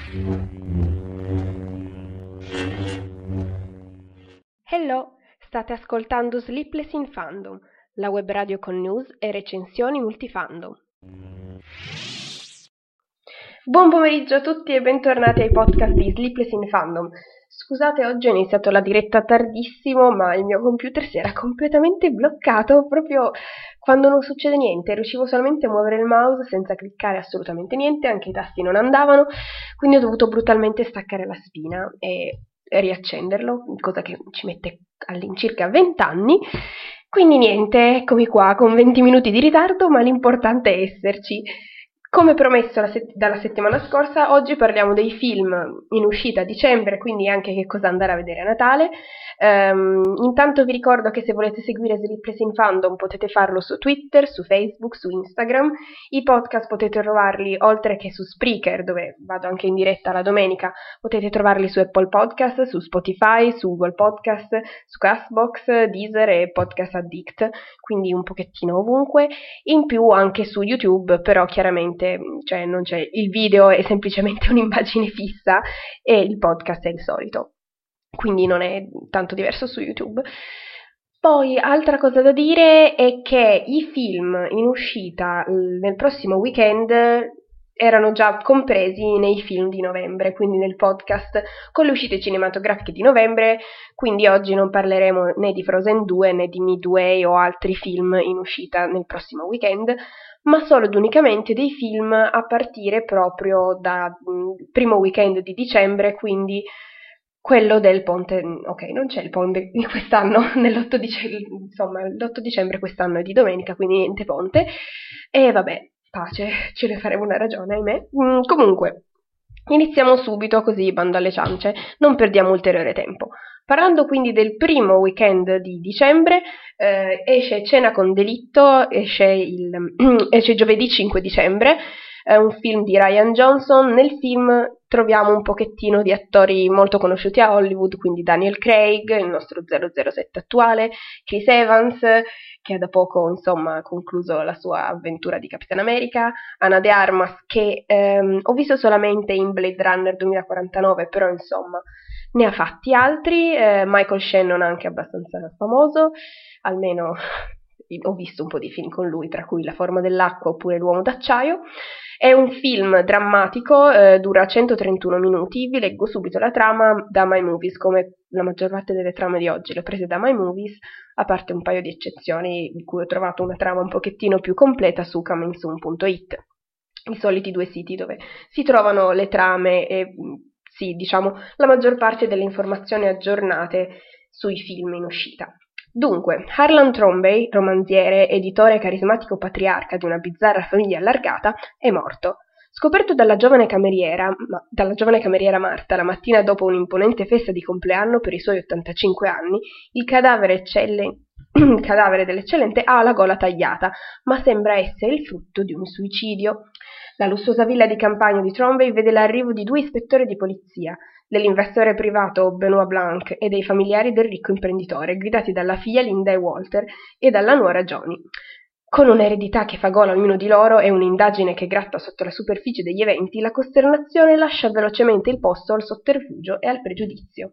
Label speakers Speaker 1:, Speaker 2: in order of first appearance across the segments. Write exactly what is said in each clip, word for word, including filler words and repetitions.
Speaker 1: Hello, state ascoltando Sleepless in Fandom, la web radio con news e recensioni multifandom. Buon pomeriggio a tutti e bentornati ai podcast di Sleepless in Fandom. Scusate, oggi ho iniziato la diretta tardissimo, ma il mio computer si era completamente bloccato proprio quando non succede niente. Riuscivo solamente a muovere il mouse senza cliccare assolutamente niente, anche i tasti non andavano, quindi ho dovuto brutalmente staccare la spina e riaccenderlo, cosa che ci mette all'incirca venti anni. Quindi niente, eccomi qua con venti minuti di ritardo, ma l'importante è esserci. Come promesso la set- dalla settimana scorsa, oggi parliamo dei film in uscita a dicembre, quindi anche che cosa andare a vedere a Natale. Ehm, intanto vi ricordo che se volete seguire Sleepless in Fandom potete farlo su Twitter, su Facebook, su Instagram. I podcast potete trovarli oltre che su Spreaker, dove vado anche in diretta la domenica, potete trovarli su Apple Podcast, su Spotify, su Google Podcast, su Castbox, Deezer e Podcast Addict, quindi un pochettino ovunque. In più anche su YouTube, però chiaramente cioè non c'è il video, è semplicemente un'immagine fissa e il podcast è il solito, quindi non è tanto diverso su YouTube. Poi altra cosa da dire è che i film in uscita nel prossimo weekend erano già compresi nei film di novembre, quindi nel podcast con le uscite cinematografiche di novembre, quindi oggi non parleremo né di Frozen due né di Midway o altri film in uscita nel prossimo weekend, ma solo ed unicamente dei film a partire proprio dal primo weekend di dicembre, quindi quello del ponte. Ok, non c'è il ponte quest'anno, nell'otto dicembre, insomma, l'otto dicembre quest'anno è di domenica, quindi niente ponte, e vabbè, pace, ce ne faremo una ragione, ahimè. Mm, comunque, iniziamo subito, così bando alle ciance, non perdiamo ulteriore tempo. Parlando quindi del primo weekend di dicembre, eh, esce Cena con delitto, esce, il, esce giovedì cinque dicembre, è un film di Rian Johnson. Nel film troviamo un pochettino di attori molto conosciuti a Hollywood, quindi Daniel Craig, il nostro zero zero sette attuale, Chris Evans, che ha da poco insomma concluso la sua avventura di Capitan America, Ana de Armas, che ehm, ho visto solamente in Blade Runner duemilaquarantanove, però insomma ne ha fatti altri, eh, Michael Shannon anche abbastanza famoso, almeno ho visto un po' di film con lui, tra cui La forma dell'acqua oppure L'uomo d'acciaio. È un film drammatico, eh, dura centotrentuno minuti, vi leggo subito la trama da My Movies, come la maggior parte delle trame di oggi le ho prese da My Movies, a parte un paio di eccezioni di cui ho trovato una trama un pochettino più completa su coming soon punto it, i soliti due siti dove si trovano le trame e sì, diciamo, la maggior parte delle informazioni aggiornate sui film in uscita. Dunque, Harlan Thrombey, romanziere, editore e carismatico patriarca di una bizzarra famiglia allargata, è morto. Scoperto dalla giovane cameriera, ma, dalla giovane cameriera Marta la mattina dopo un'imponente festa di compleanno per i suoi ottantacinque anni, il cadavere, eccelle, il cadavere dell'eccellente ha la gola tagliata, ma sembra essere il frutto di un suicidio. La lussuosa villa di campagna di Thrombey vede l'arrivo di due ispettori di polizia, dell'investore privato Benoit Blanc e dei familiari del ricco imprenditore, guidati dalla figlia Linda e Walter e dalla nuora Johnny. Con un'eredità che fa gola a ognuno di loro e un'indagine che gratta sotto la superficie degli eventi, la costernazione lascia velocemente il posto al sotterfugio e al pregiudizio.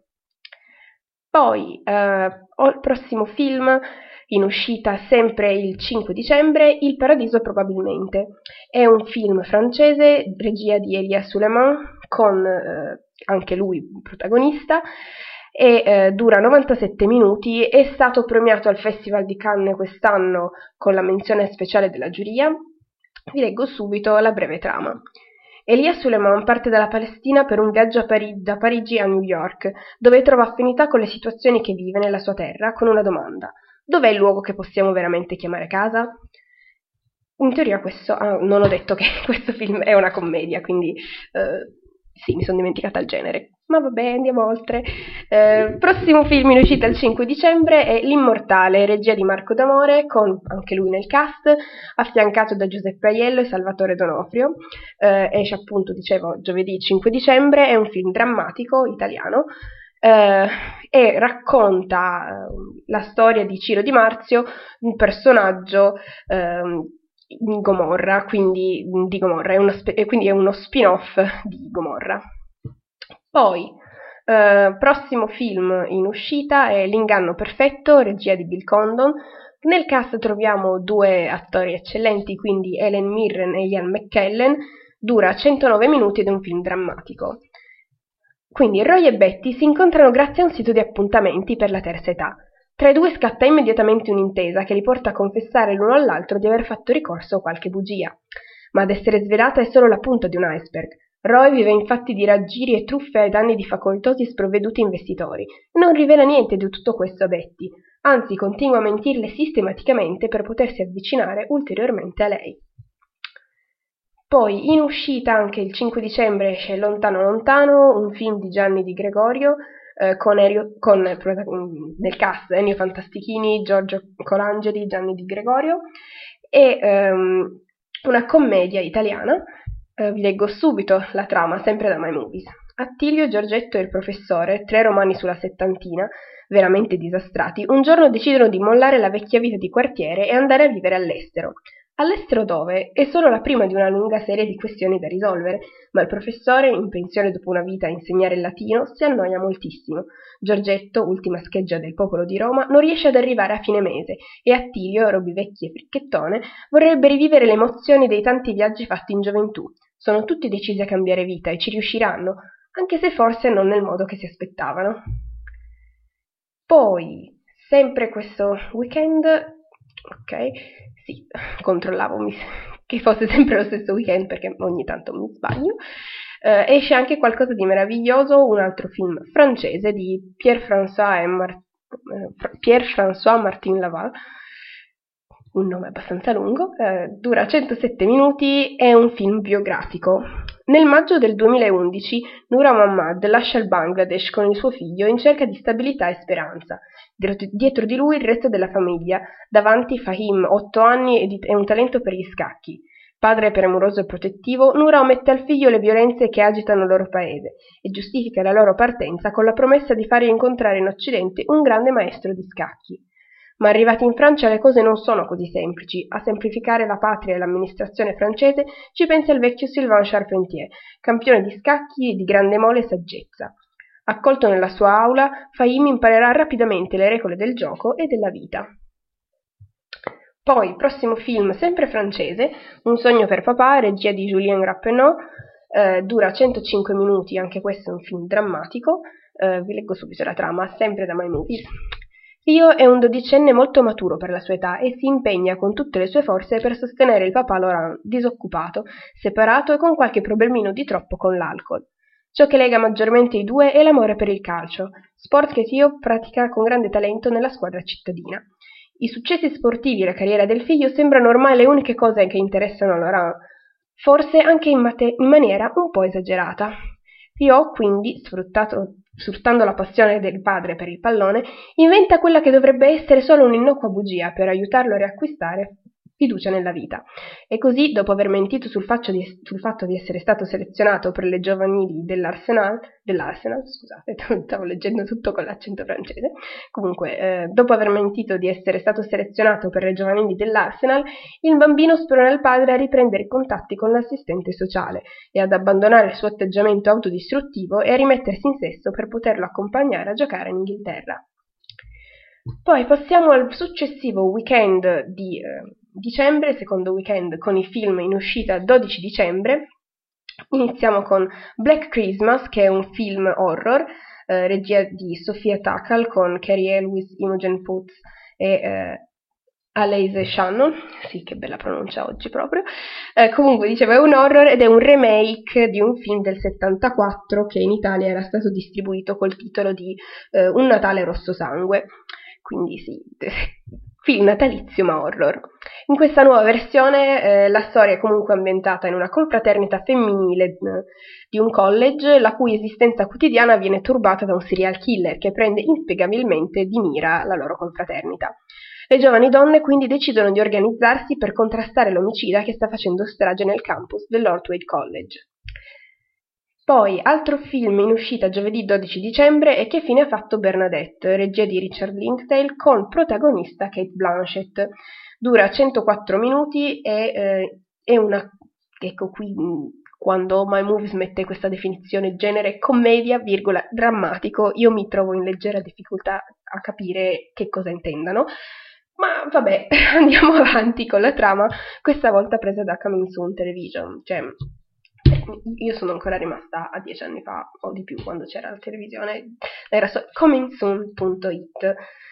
Speaker 1: Poi, eh, il prossimo film in uscita sempre il cinque dicembre, Il paradiso probabilmente. È un film francese, regia di Elias Souleiman, con eh, anche lui protagonista, e eh, dura novantasette minuti, è stato premiato al Festival di Cannes quest'anno con la menzione speciale della giuria. Vi leggo subito la breve trama. Elias Souleiman parte dalla Palestina per un viaggio a Pari- da Parigi a New York, dove trova affinità con le situazioni che vive nella sua terra, con una domanda: dov'è il luogo che possiamo veramente chiamare casa? In teoria questo, ah, non ho detto che questo film è una commedia, quindi eh, sì, mi sono dimenticata il genere, ma vabbè, andiamo oltre. Eh, prossimo film in uscita il cinque dicembre è L'Immortale, regia di Marco D'Amore, con anche lui nel cast, affiancato da Giuseppe Aiello e Salvatore D'Onofrio. Eh, esce appunto, dicevo, giovedì cinque dicembre, è un film drammatico italiano, eh, e racconta eh, la storia di Ciro Di Marzio, un personaggio eh, in Gomorra, quindi di Gomorra, è, una spe- quindi è uno spin-off di Gomorra. Poi, eh, prossimo film in uscita è L'inganno perfetto, regia di Bill Condon. Nel cast troviamo due attori eccellenti, quindi Helen Mirren e Ian McKellen. Dura centonove minuti ed è un film drammatico. Quindi Roy e Betty si incontrano grazie a un sito di appuntamenti per la terza età. Tra i due scatta immediatamente un'intesa che li porta a confessare l'uno all'altro di aver fatto ricorso a qualche bugia. Ma ad essere svelata è solo la punta di un iceberg. Roy vive infatti di raggiri e truffe ai danni di facoltosi sprovveduti investitori e non rivela niente di tutto questo a Betty, anzi continua a mentirle sistematicamente per potersi avvicinare ulteriormente a lei. Poi in uscita anche il cinque dicembre esce Lontano Lontano, un film di Gianni Di Gregorio, eh, con, Erio, con nel cast Ennio Fantastichini, Giorgio Colangeli, Gianni Di Gregorio, e ehm, una commedia italiana. Eh, vi leggo subito la trama, sempre da My Movies. Attilio, Giorgetto e il professore, tre romani sulla settantina, veramente disastrati, un giorno decidono di mollare la vecchia vita di quartiere e andare a vivere all'estero. All'estero dove? È solo la prima di una lunga serie di questioni da risolvere, ma il professore, in pensione dopo una vita a insegnare il latino, si annoia moltissimo. Giorgetto, ultima scheggia del popolo di Roma, non riesce ad arrivare a fine mese e Attilio, robivecchi e fricchettone, vorrebbe rivivere le emozioni dei tanti viaggi fatti in gioventù. Sono tutti decisi a cambiare vita e ci riusciranno, anche se forse non nel modo che si aspettavano. Poi, sempre questo weekend, ok, sì, controllavo che fosse sempre lo stesso weekend perché ogni tanto mi sbaglio, eh, esce anche qualcosa di meraviglioso, un altro film francese di Pierre-François, Mar- eh, Pierre-François Martin Laval, un nome abbastanza lungo, eh, dura centosette minuti, è un film biografico. Nel maggio del duemilaundici Noura Mohammad lascia il Bangladesh con il suo figlio in cerca di stabilità e speranza. Dietro di lui il resto della famiglia, davanti Fahim, otto anni e un talento per gli scacchi. Padre premuroso e protettivo, Noura omette al figlio le violenze che agitano il loro paese e giustifica la loro partenza con la promessa di fare incontrare in Occidente un grande maestro di scacchi. Ma arrivati in Francia le cose non sono così semplici. A semplificare la patria e l'amministrazione francese ci pensa il vecchio Sylvain Charpentier, campione di scacchi e di grande mole e saggezza. Accolto nella sua aula, Fahim imparerà rapidamente le regole del gioco e della vita. Poi, prossimo film, sempre francese, Un sogno per papà, regia di Julien Rappeneau, eh, dura centocinque minuti, anche questo è un film drammatico. Eh, vi leggo subito la trama, sempre da My Movies. Rio è un dodicenne molto maturo per la sua età e si impegna con tutte le sue forze per sostenere il papà Laurent, disoccupato, separato e con qualche problemino di troppo con l'alcol. Ciò che lega maggiormente i due è l'amore per il calcio, sport che Rio pratica con grande talento nella squadra cittadina. I successi sportivi e la carriera del figlio sembrano ormai le uniche cose che interessano a Laurent, forse anche in, mate- in maniera un po' esagerata. Rio, quindi, sfruttato sfruttando la passione del padre per il pallone, inventa quella che dovrebbe essere solo un'innocua bugia per aiutarlo a riacquistare fiducia nella vita. E così, dopo aver mentito sul fatto di, sul fatto di essere stato selezionato per le giovanili dell'Arsenal, dell'Arsenal, scusate, stavo leggendo tutto con l'accento francese, comunque, eh, dopo aver mentito di essere stato selezionato per le giovanili dell'Arsenal, il bambino sprona il padre a riprendere i contatti con l'assistente sociale e ad abbandonare il suo atteggiamento autodistruttivo e a rimettersi in sesto per poterlo accompagnare a giocare in Inghilterra. Poi passiamo al successivo weekend di eh, dicembre, secondo weekend con i film in uscita dodici dicembre. Iniziamo con Black Christmas, che è un film horror, eh, regia di Sophia Takal con Cary Elwes, Imogen Poots e eh, Alaise Shannon. Sì, che bella pronuncia oggi proprio. Eh, comunque, dicevo, è un horror ed è un remake di un film del settantaquattro che in Italia era stato distribuito col titolo di eh, Un Natale Rosso Sangue. Quindi sì, film natalizio ma horror. In questa nuova versione eh, la storia è comunque ambientata in una confraternita femminile eh, di un college la cui esistenza quotidiana viene turbata da un serial killer che prende inspiegabilmente di mira la loro confraternita. Le giovani donne quindi decidono di organizzarsi per contrastare l'omicida che sta facendo strage nel campus dell'Orthwaite College. Poi, altro film in uscita giovedì dodici dicembre è Che fine ha fatto Bernadette, regia di Richard Linklater con protagonista Cate Blanchett. Dura centoquattro minuti e eh, è una, ecco qui, Quando My Movies mette questa definizione genere commedia, virgola, drammatico, io mi trovo in leggera difficoltà a capire che cosa intendano. Ma vabbè, andiamo avanti con la trama, questa volta presa da Coming Soon Television. Cioè, io sono ancora rimasta a dieci anni fa o di più quando c'era la televisione, era so- coming soon punto it.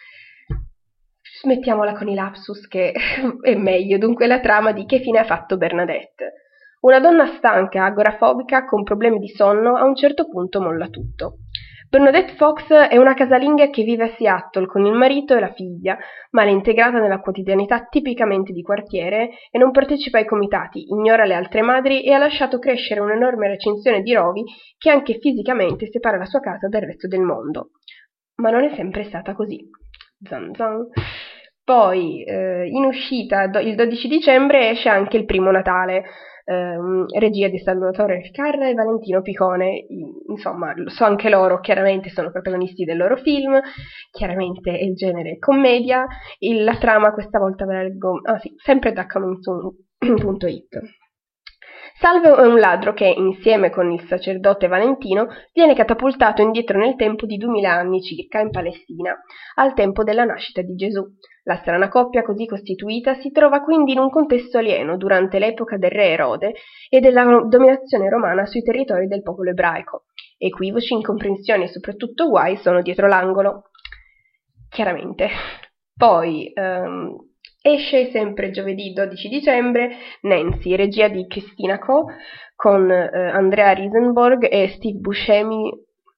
Speaker 1: Smettiamola con i lapsus che è meglio. Dunque la trama di Che fine ha fatto Bernadette. Una donna stanca, agorafobica, con problemi di sonno, a un certo punto molla tutto. Bernadette Fox è una casalinga che vive a Seattle con il marito e la figlia, male integrata nella quotidianità tipicamente di quartiere e non partecipa ai comitati, ignora le altre madri e ha lasciato crescere un'enorme recinzione di rovi che anche fisicamente separa la sua casa dal resto del mondo. Ma non è sempre stata così. Zan zan. Poi, eh, in uscita do- il dodici dicembre esce anche Il primo Natale, ehm, regia di Salvatore Ficarra e Valentino Picone. Insomma, so anche loro, chiaramente sono protagonisti del loro film, chiaramente è il genere commedia, il, la trama questa volta ve la leggo, ah sì, sempre da coming soon punto it. Salvo è un ladro che, insieme con il sacerdote Valentino, viene catapultato indietro nel tempo di duemila anni circa in Palestina, al tempo della nascita di Gesù. La strana coppia così costituita si trova quindi in un contesto alieno durante l'epoca del re Erode e della dominazione romana sui territori del popolo ebraico. Equivoci, incomprensioni e soprattutto guai sono dietro l'angolo. Chiaramente. Poi um, esce sempre giovedì dodici dicembre Nancy, regia di Christina Co, con eh, Andrea Riseborough e Steve Buscemi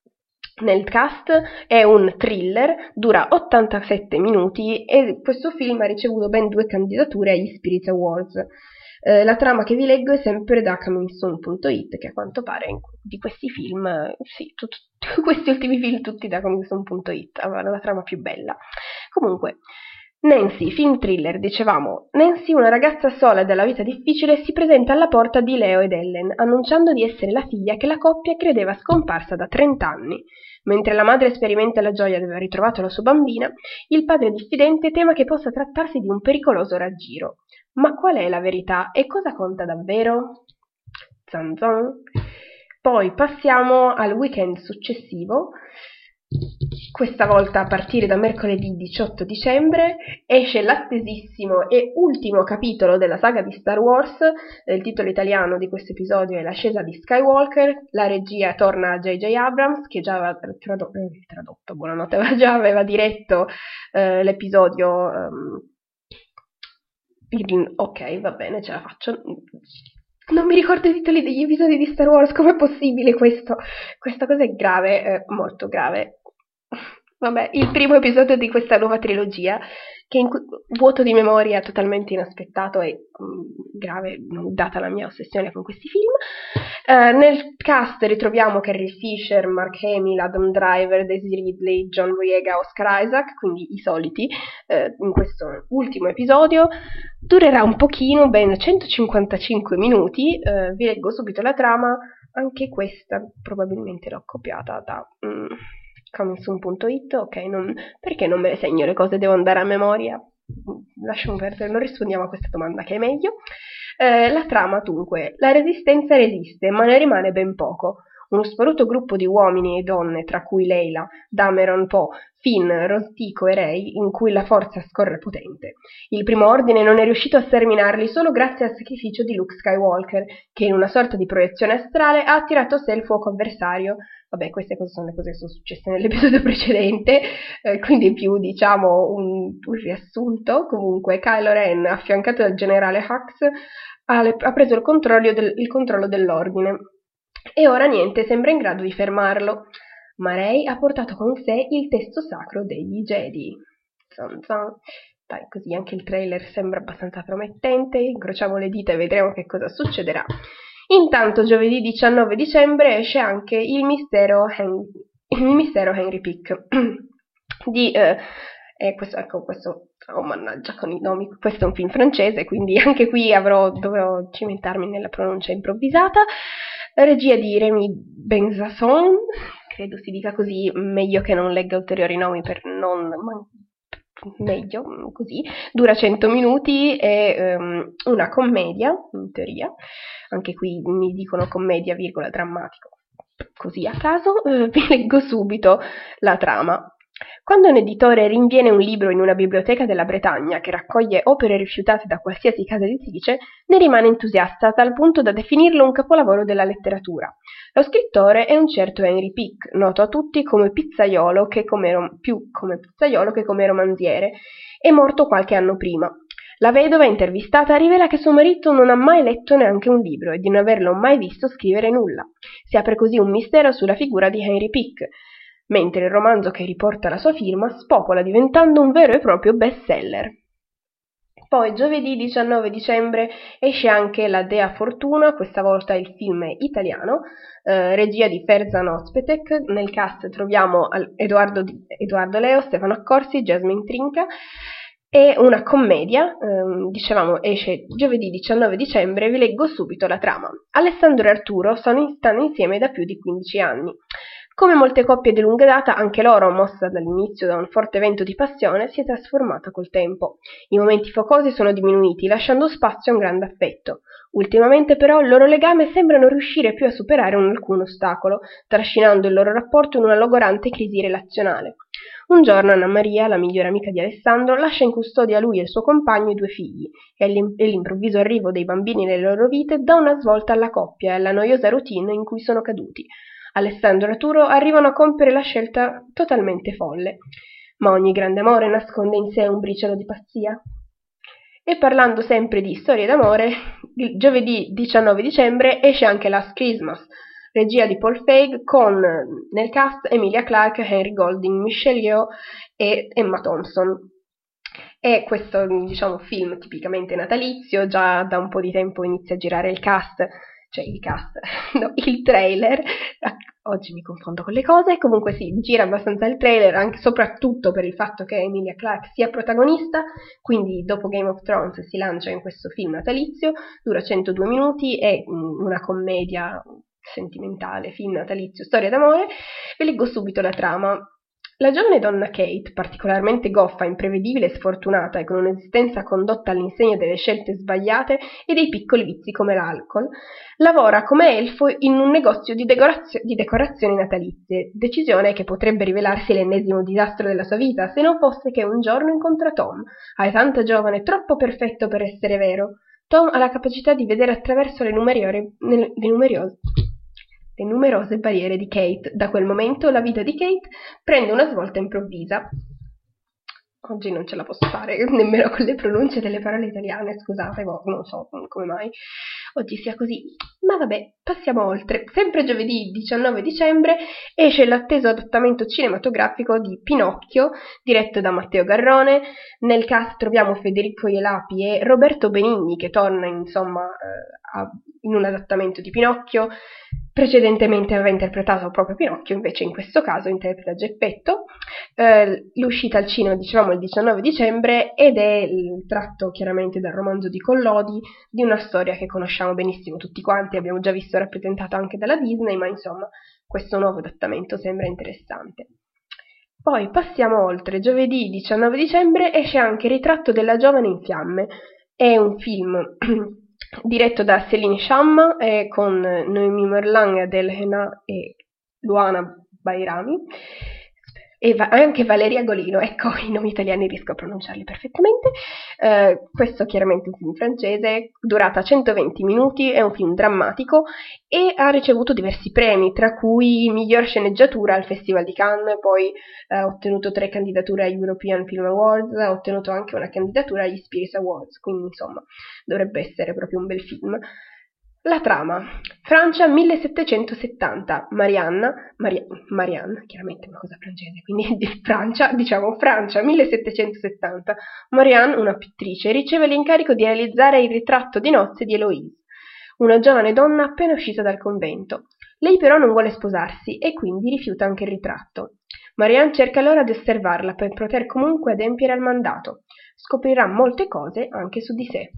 Speaker 1: nel cast. È un thriller, dura ottantasette minuti e questo film ha ricevuto ben due candidature agli Spirit Awards. Eh, la trama che vi leggo è sempre da coming soon punto it, che a quanto pare di questi film, sì, tut, questi ultimi film tutti da coming soon punto it avevano la trama più bella. Comunque, Nancy, film thriller, dicevamo. Nancy, una ragazza sola e dalla vita difficile, si presenta alla porta di Leo ed Ellen, annunciando di essere la figlia che la coppia credeva scomparsa da trenta anni. Mentre la madre sperimenta la gioia di aver ritrovato la sua bambina, il padre diffidente tema che possa trattarsi di un pericoloso raggiro. Ma qual è la verità e cosa conta davvero? Zan zan. Poi passiamo al weekend successivo. Questa volta a partire da mercoledì diciotto dicembre esce l'attesissimo e ultimo capitolo della saga di Star Wars. Il titolo italiano di questo episodio è L'ascesa di Skywalker. La regia torna a J J Abrams, che già aveva trado- eh, tradotto, buonanotte, aveva già aveva diretto eh, l'episodio um, il, ok, va bene, ce la faccio. Non mi ricordo i titoli degli episodi di Star Wars, com'è possibile questo? Questa cosa è grave, è molto grave. Vabbè, il primo episodio di questa nuova trilogia, che in vuoto di memoria totalmente inaspettato e mh, grave, data la mia ossessione con questi film. Uh, nel cast ritroviamo Carrie Fisher, Mark Hamill, Adam Driver, Daisy Ridley, John Boyega, Oscar Isaac, quindi i soliti, uh, in questo ultimo episodio. Durerà un pochino, ben centocinquantacinque minuti, uh, vi leggo subito la trama, anche questa probabilmente l'ho copiata da mm, coming soon punto it, ok, non, perché non me le segno le cose, devo andare a memoria? Lasciamo perdere, non rispondiamo a questa domanda che è meglio. Eh, la trama dunque, la resistenza resiste, ma ne rimane ben poco. Uno sparuto gruppo di uomini e donne, tra cui Leila, Dameron Poe, Finn, Rose-Tico e Rey, in cui la forza scorre potente. Il primo ordine non è riuscito a sterminarli solo grazie al sacrificio di Luke Skywalker, che in una sorta di proiezione astrale ha attirato a sé il fuoco avversario. Vabbè, queste cose sono le cose che sono successe nell'episodio precedente, eh, quindi più, diciamo, un, un riassunto. Comunque, Kylo Ren, affiancato dal generale Hux, ha, le, ha preso il controllo, del, il controllo dell'ordine. E ora niente sembra in grado di fermarlo, ma Rey ha portato con sé il testo sacro degli Jedi. Zan zan. Dai, così anche il trailer sembra abbastanza promettente, incrociamo le dita e vedremo che cosa succederà. Intanto giovedì diciannove dicembre esce anche Il mistero Henry, il mistero Henry Pick di eh, eh, questo, ecco, questo, oh mannaggia con i nomi, questo è un film francese, quindi anche qui avrò, dovrò cimentarmi nella pronuncia improvvisata. Regia di Rémi Benzasson, credo si dica così, meglio che non legga ulteriori nomi per non meglio così, dura cento minuti, è um, una commedia, in teoria, anche qui mi dicono commedia, virgola, drammatico, così a caso, eh, vi leggo subito la trama. Quando un editore rinviene un libro in una biblioteca della Bretagna che raccoglie opere rifiutate da qualsiasi casa editrice, ne rimane entusiasta a tal punto da definirlo un capolavoro della letteratura. Lo scrittore è un certo Henry Pick, noto a tutti come pizzaiolo che come rom- più come pizzaiolo che come romanziere, è morto qualche anno prima. La vedova intervistata rivela che suo marito non ha mai letto neanche un libro e di non averlo mai visto scrivere nulla. Si apre così un mistero sulla figura di Henry Pick, mentre il romanzo che riporta la sua firma spopola diventando un vero e proprio bestseller. Poi giovedì diciannove dicembre esce anche La Dea Fortuna, questa volta il film è italiano, eh, regia di Ferzan Ozpetek. Nel cast troviamo Edoardo, Edoardo Leo, Stefano Accorsi, Jasmine Trinca. È una commedia, ehm, dicevamo esce giovedì diciannove dicembre, vi leggo subito la trama. Alessandro e Arturo sono, stanno insieme da più di quindici anni. Come molte coppie di lunga data, anche loro, mossa dall'inizio da un forte vento di passione, si è trasformata col tempo. I momenti focosi sono diminuiti, lasciando spazio a un grande affetto. Ultimamente però il loro legame sembra non riuscire più a superare un alcun ostacolo, trascinando il loro rapporto in una logorante crisi relazionale. Un giorno Anna Maria, la migliore amica di Alessandro, lascia in custodia a lui e il suo compagno i due figli, e l'improvviso arrivo dei bambini nelle loro vite dà una svolta alla coppia e alla noiosa routine in cui sono caduti. Alessandro e Arturo arrivano a compiere la scelta totalmente folle, ma ogni grande amore nasconde in sé un briciolo di pazzia. E parlando sempre di storie d'amore, il giovedì diciannove dicembre esce anche Last Christmas, regia di Paul Feig, con nel cast Emilia Clarke, Henry Golding, Michelle Yeoh e Emma Thompson. È questo, diciamo, film tipicamente natalizio, già da un po' di tempo inizia a girare il cast, cioè il cast, no, il trailer, oggi mi confondo con le cose, comunque sì, gira abbastanza il trailer, anche soprattutto per il fatto che Emilia Clarke sia protagonista, quindi dopo Game of Thrones si lancia in questo film natalizio, dura centodue minuti, è una commedia sentimentale, film natalizio, storia d'amore. Vi leggo subito la trama. La giovane donna Kate, particolarmente goffa, imprevedibile e sfortunata e con un'esistenza condotta all'insegna delle scelte sbagliate e dei piccoli vizi come l'alcol, lavora come elfo in un negozio di, decorazio- di decorazioni natalizie, decisione che potrebbe rivelarsi l'ennesimo disastro della sua vita se non fosse che un giorno incontra Tom, altrettanto giovane, troppo perfetto per essere vero. Tom ha la capacità di vedere attraverso le, numeriore, le, numerose le numerose barriere di Kate. Da quel momento la vita di Kate prende una svolta improvvisa. Oggi non ce la posso fare nemmeno con le pronunce delle parole italiane, scusate, boh, non so come mai oggi sia così, ma vabbè, passiamo oltre. Sempre giovedì diciannove dicembre esce l'atteso adattamento cinematografico di Pinocchio, diretto da Matteo Garrone. Nel cast troviamo Federico Ielapi e Roberto Benigni, che torna insomma eh, a, in un adattamento di Pinocchio. Precedentemente aveva interpretato proprio Pinocchio, invece in questo caso interpreta Geppetto. Eh, l'uscita al cinema, dicevamo, il diciannove dicembre, ed è il tratto chiaramente dal romanzo di Collodi, di una storia che conosciamo benissimo tutti quanti, abbiamo già visto rappresentata anche dalla Disney, ma insomma questo nuovo adattamento sembra interessante. Poi passiamo oltre. Giovedì diciannove dicembre esce anche Ritratto della giovane in fiamme. È un film diretto da Céline Sciamma eh, con Noémie Merlan, Adèle Haenel e Luana Bairami e va- anche Valeria Golino, ecco, i nomi italiani riesco a pronunciarli perfettamente. Eh, questo chiaramente è un film francese, durata centoventi minuti, è un film drammatico e ha ricevuto diversi premi, tra cui miglior sceneggiatura al Festival di Cannes, poi eh, ha ottenuto tre candidature agli European Film Awards, ha ottenuto anche una candidatura agli Spirit Awards, quindi insomma dovrebbe essere proprio un bel film. La trama. Francia millesettecentosettanta. Marianne, Maria, Marianne, chiaramente una cosa francese, quindi di Francia, diciamo Francia millesettecentosettanta. Marianne, una pittrice, riceve l'incarico di realizzare il ritratto di nozze di Héloïse, una giovane donna appena uscita dal convento. Lei però non vuole sposarsi e quindi rifiuta anche il ritratto. Marianne cerca allora di osservarla per poter comunque adempiere al mandato. Scoprirà molte cose anche su di sé.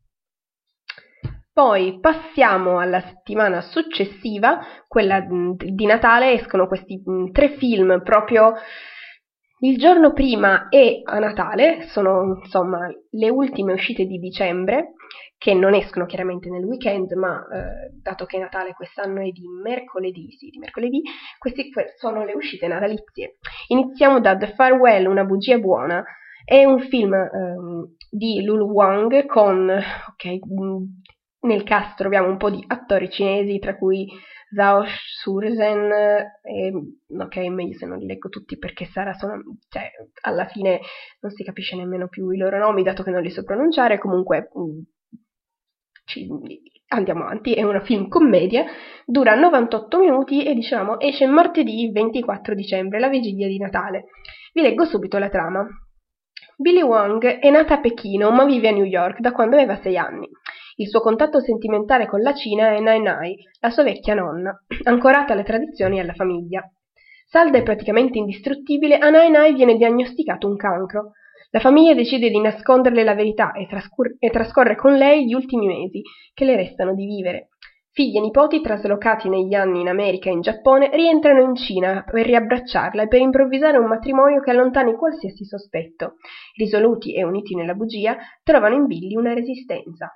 Speaker 1: Poi passiamo alla settimana successiva, quella di Natale, escono questi tre film proprio Il giorno prima e a Natale sono insomma le ultime uscite di dicembre, che non escono chiaramente nel weekend, ma eh, dato che Natale quest'anno è di mercoledì, sì, di mercoledì, queste sono le uscite natalizie. Iniziamo da The Farewell, una bugia buona. È un film ehm, di Lulu Wang con, ok, mh, nel cast troviamo un po' di attori cinesi, tra cui Zhao Shuzhen, e, ok, meglio se non li leggo tutti perché Sara sono, cioè, alla fine non si capisce nemmeno più i loro nomi, dato che non li so pronunciare, comunque mh, ci, andiamo avanti, è una film commedia, dura novantotto minuti e diciamo esce martedì ventiquattro dicembre, la vigilia di Natale. Vi leggo subito la trama. Billy Wang è nata a Pechino ma vive a New York da quando aveva sei anni. Il suo contatto sentimentale con la Cina è Nai Nai, la sua vecchia nonna, ancorata alle tradizioni e alla famiglia. Salda e praticamente indistruttibile, a Nai Nai viene diagnosticato un cancro. La famiglia decide di nasconderle la verità e, trascur- e trascorre con lei gli ultimi mesi che le restano di vivere. Figli e nipoti, traslocati negli anni in America e in Giappone, rientrano in Cina per riabbracciarla e per improvvisare un matrimonio che allontani qualsiasi sospetto. Risoluti e uniti nella bugia, trovano in Billy una resistenza.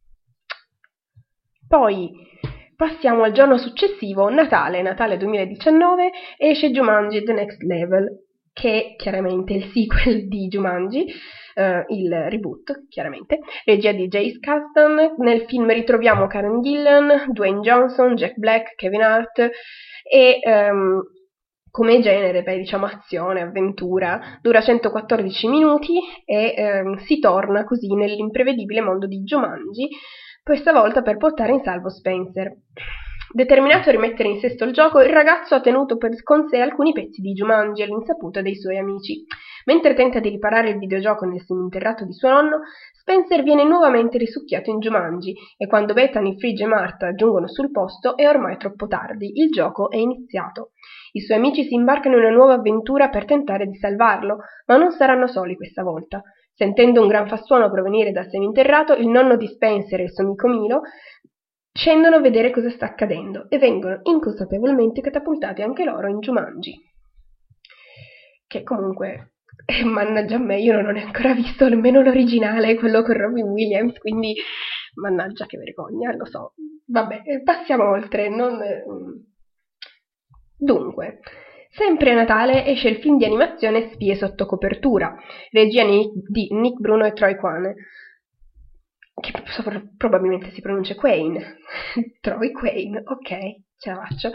Speaker 1: Poi passiamo al giorno successivo, Natale, Natale duemiladiciannove, esce Jumanji The Next Level, che è chiaramente il sequel di Jumanji, eh, il reboot, chiaramente, regia di Jace Kasdan. Nel film ritroviamo Karen Gillan, Dwayne Johnson, Jack Black, Kevin Hart e um, come genere, beh, diciamo azione, avventura, dura centoquattordici minuti e um, si torna così nell'imprevedibile mondo di Jumanji, questa volta per portare in salvo Spencer. Determinato a rimettere in sesto il gioco, il ragazzo ha tenuto per con sé alcuni pezzi di Jumanji all'insaputa dei suoi amici. Mentre tenta di riparare il videogioco nel seminterrato di suo nonno, Spencer viene nuovamente risucchiato in Jumanji e quando Bethany, Fridge e Martha giungono sul posto è ormai troppo tardi, il gioco è iniziato. I suoi amici si imbarcano in una nuova avventura per tentare di salvarlo, ma non saranno soli questa volta. Sentendo un gran frastuono provenire dal seminterrato, il nonno di Spencer e il suo amico Milo scendono a vedere cosa sta accadendo e vengono inconsapevolmente catapultati anche loro in Jumanji. Che comunque, eh, mannaggia a me, io non ho ancora visto nemmeno l'originale, quello con Robin Williams, quindi mannaggia che vergogna, lo so. Vabbè, passiamo oltre, non... Dunque, sempre a Natale esce il film di animazione Spie sotto copertura, regia di Nick Bruno e Troy Kwan, che probabilmente si pronuncia Quane, Troy Quane, ok, ce la faccio.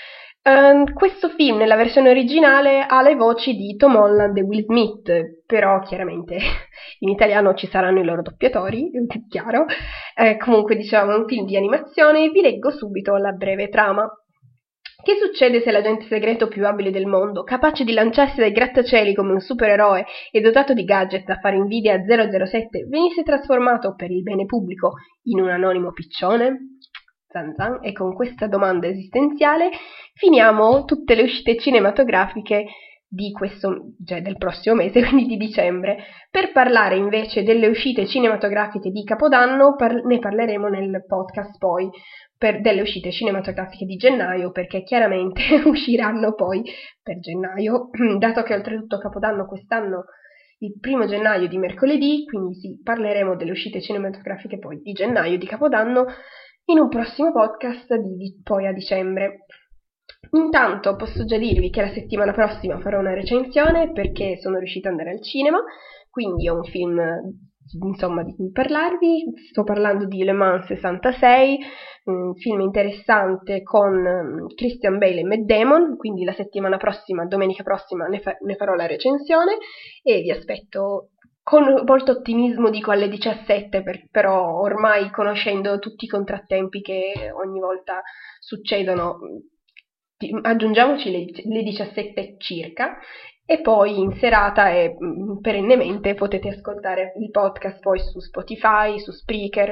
Speaker 1: Um, questo film nella versione originale ha le voci di Tom Holland e Will Smith, però chiaramente in italiano ci saranno i loro doppiatori, chiaro. Eh, comunque diciamo è un film di animazione, vi leggo subito la breve trama. Che succede se l'agente segreto più abile del mondo, capace di lanciarsi dai grattacieli come un supereroe e dotato di gadget da fare invidia a zero zero sette, venisse trasformato per il bene pubblico in un anonimo piccione? Zan zan. E con questa domanda esistenziale finiamo tutte le uscite cinematografiche di questo, cioè del prossimo mese, quindi di dicembre. Per parlare invece delle uscite cinematografiche di Capodanno, par- ne parleremo nel podcast poi, per delle uscite cinematografiche di gennaio, perché chiaramente usciranno poi per gennaio, dato che oltretutto Capodanno quest'anno il primo gennaio di mercoledì, quindi sì, parleremo delle uscite cinematografiche poi di gennaio di Capodanno in un prossimo podcast di, di poi a dicembre. Intanto posso già dirvi che la settimana prossima farò una recensione perché sono riuscita ad andare al cinema, quindi ho un film insomma di cui parlarvi. Sto parlando di Le Mans sessantasei, un film interessante con Christian Bale e Matt Damon, quindi la settimana prossima, domenica prossima, ne, fa- ne farò la recensione e vi aspetto con molto ottimismo, dico alle diciassette, per, però ormai conoscendo tutti i contrattempi che ogni volta succedono, aggiungiamoci le, le diciassette circa, e poi in serata e mh, perennemente potete ascoltare il podcast poi su Spotify, su Spreaker,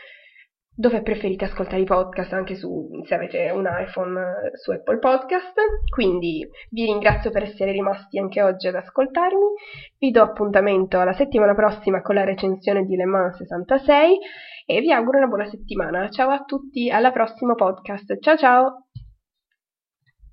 Speaker 1: dove preferite ascoltare i podcast, anche su, se avete un iPhone, su Apple Podcast. Quindi vi ringrazio per essere rimasti anche oggi ad ascoltarmi, vi do appuntamento alla settimana prossima con la recensione di Le Mans sessantasei e vi auguro una buona settimana. Ciao a tutti, alla prossima podcast, ciao ciao!